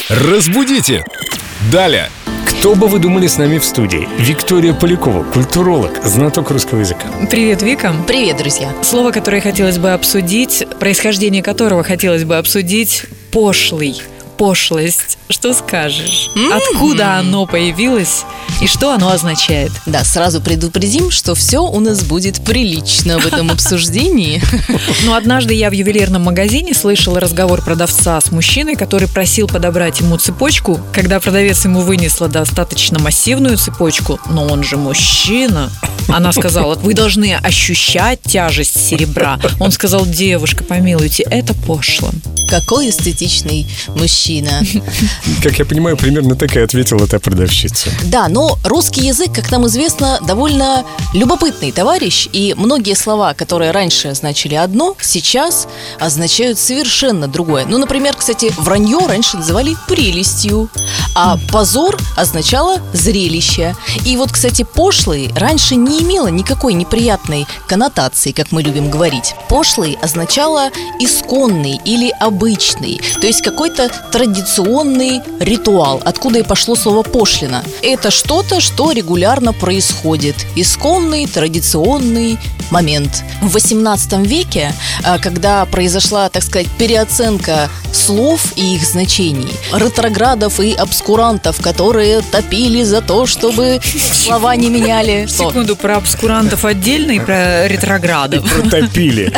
Разбудите! Далее! Кто бы вы думали с нами в студии? Виктория Полякова, культуролог, знаток русского языка. Привет, Вика. Привет, друзья. Слово, которое хотелось бы обсудить, происхождение которого хотелось бы обсудить – пошлый. Пошлость. Что скажешь? Откуда оно появилось и что оно означает? Да, сразу предупредим, что все у нас будет прилично в этом обсуждении. Но однажды я в ювелирном магазине слышала разговор продавца с мужчиной, который просил подобрать ему цепочку. Когда продавец ему вынесла достаточно массивную цепочку, но он же мужчина, она сказала: вы должны ощущать тяжесть серебра. Он сказал: девушка, помилуйте, это пошло. Какой эстетичный мужчина. Как я понимаю, примерно так и ответила та продавщица. Да, но русский язык, как нам известно, довольно любопытный товарищ. И многие слова, которые раньше значили одно, сейчас означают совершенно другое. Ну, например, кстати, вранье раньше называли прелестью, а позор означало зрелище. И вот, кстати, пошлый раньше не имело никакой неприятной коннотации, как мы любим говорить. Пошлый означало исконный или обычный, то есть какой-то традиционный ритуал, откуда и пошло слово пошлина. Это что-то, что регулярно происходит. Исконный, традиционный момент. В XVIII веке, когда произошла, так сказать, переоценка слов и их значений, ретроградов и обскурантов, которые топили за то, чтобы слова не меняли. Секунду, про обскурантов отдельно и про ретроградов. И протопили.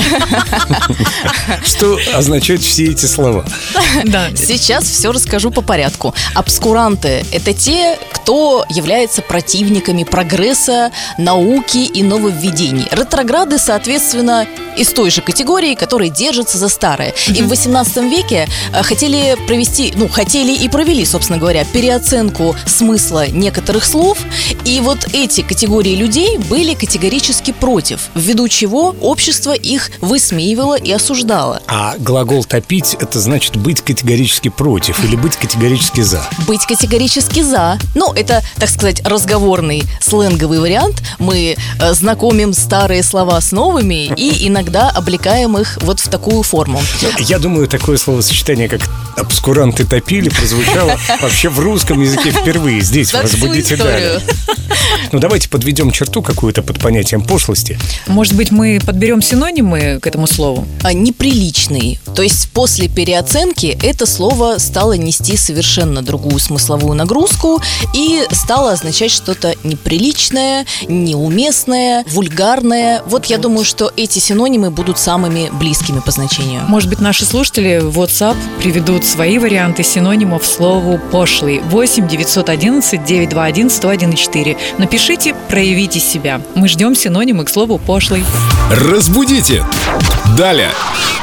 Что означают все эти слова? Да. Сейчас все расскажу по порядку. Обскуранты – это те, кто является противниками прогресса, науки и нововведений. Ретрограды, соответственно, из той же категории, которые держатся за старое. И в XVIII веке хотели и провели, собственно говоря, переоценку смысла некоторых слов. И вот эти категории людей были категорически против, ввиду чего общество их высмеивало и осуждало. А глагол «топить» — это значит быть категорически против или быть категорически за? Быть категорически за. Ну, это, так сказать, разговорный, сленговый вариант. Мы знакомим старые слова с новыми и иногда облекаем их вот в такую форму. Я думаю, такое словосочетание, как «обскуранты топили», прозвучало вообще в русском языке впервые здесь, в «Разбудите далее». Ну, давайте подведем черту какую-то под понятием пошлости. Может быть, мы подберем синонимы к этому слову? Неприличный. То есть после переоценки это слово стало нести совершенно другую смысловую нагрузку и стало означать что-то неприличное, неуместное, вульгарное. Вот я думаю, что эти синонимы будут самыми близкими по значению. Может быть, наши слушатели в WhatsApp приведут свои варианты синонимов слову «пошлый». 8 911 921 1014. Напишите, проявите себя. Мы ждем синонимы к слову «пошлый». Разбудите! Далее!